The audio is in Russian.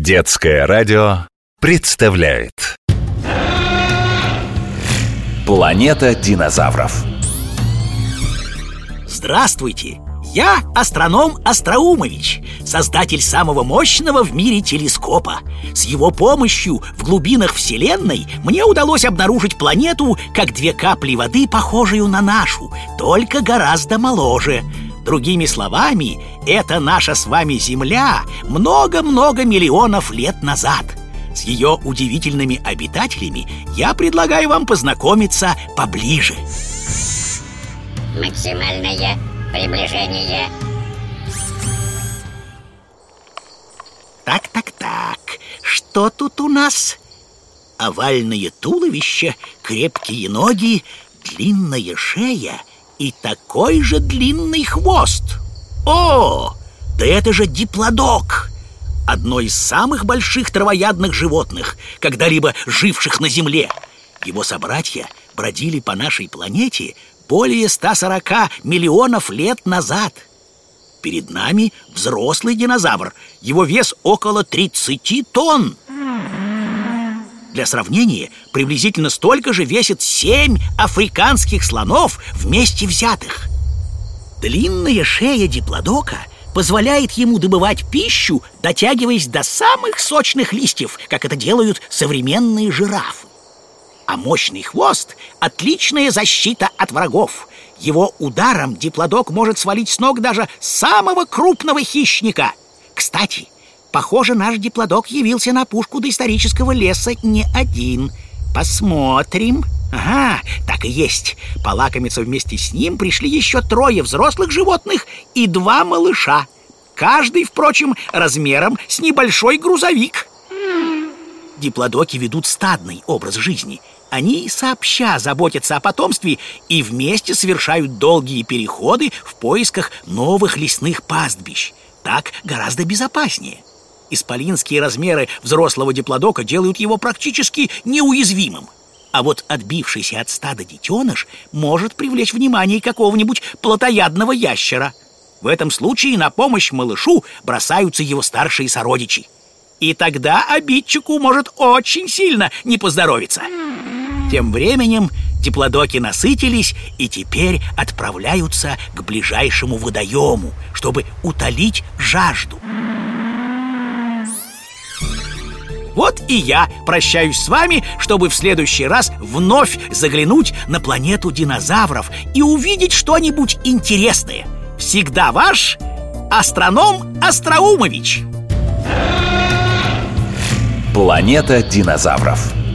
Детское радио представляет Планета динозавров. Здравствуйте! Я астроном Остроумович, создатель самого мощного в мире телескопа. С его помощью в глубинах Вселенной мне удалось обнаружить планету, как две капли воды, похожую на нашу, только гораздо моложе. Другими словами, это наша с вами Земля много-много миллионов лет назад. С ее удивительными обитателями я предлагаю вам познакомиться поближе. Максимальное приближение. Так, что тут у нас? Овальное туловище, крепкие ноги, длинная шея и такой же длинный хвост. О, да это же диплодок! Одно из самых больших травоядных животных, когда-либо живших на Земле. Его собратья бродили по нашей планете более 140 миллионов лет назад. Перед нами взрослый динозавр. Его вес около 30 тонн. Для сравнения, приблизительно столько же весит 7 африканских слонов вместе взятых. Длинная шея диплодока позволяет ему добывать пищу, дотягиваясь до самых сочных листьев, как это делают современные жирафы. А мощный хвост – отличная защита от врагов. Его ударом диплодок может свалить с ног даже самого крупного хищника. Кстати, похоже, наш диплодок явился на опушку доисторического леса не один. Посмотрим. Ага, так и есть. Полакомиться вместе с ним пришли еще 3 взрослых животных и 2 малыша. Каждый, впрочем, размером с небольшой грузовик. Диплодоки ведут стадный образ жизни. Они сообща заботятся о потомстве и вместе совершают долгие переходы в поисках новых лесных пастбищ. Так гораздо безопаснее. Исполинские размеры взрослого диплодока делают его практически неуязвимым. А вот отбившийся от стада детеныш может привлечь внимание какого-нибудь плотоядного ящера. В этом случае на помощь малышу бросаются его старшие сородичи. И тогда обидчику может очень сильно не поздоровиться. Тем временем диплодоки насытились и теперь отправляются к ближайшему водоему, чтобы утолить жажду. Вот и я прощаюсь с вами, чтобы в следующий раз вновь заглянуть на планету динозавров и увидеть что-нибудь интересное. Всегда ваш астроном Остроумович. Планета динозавров.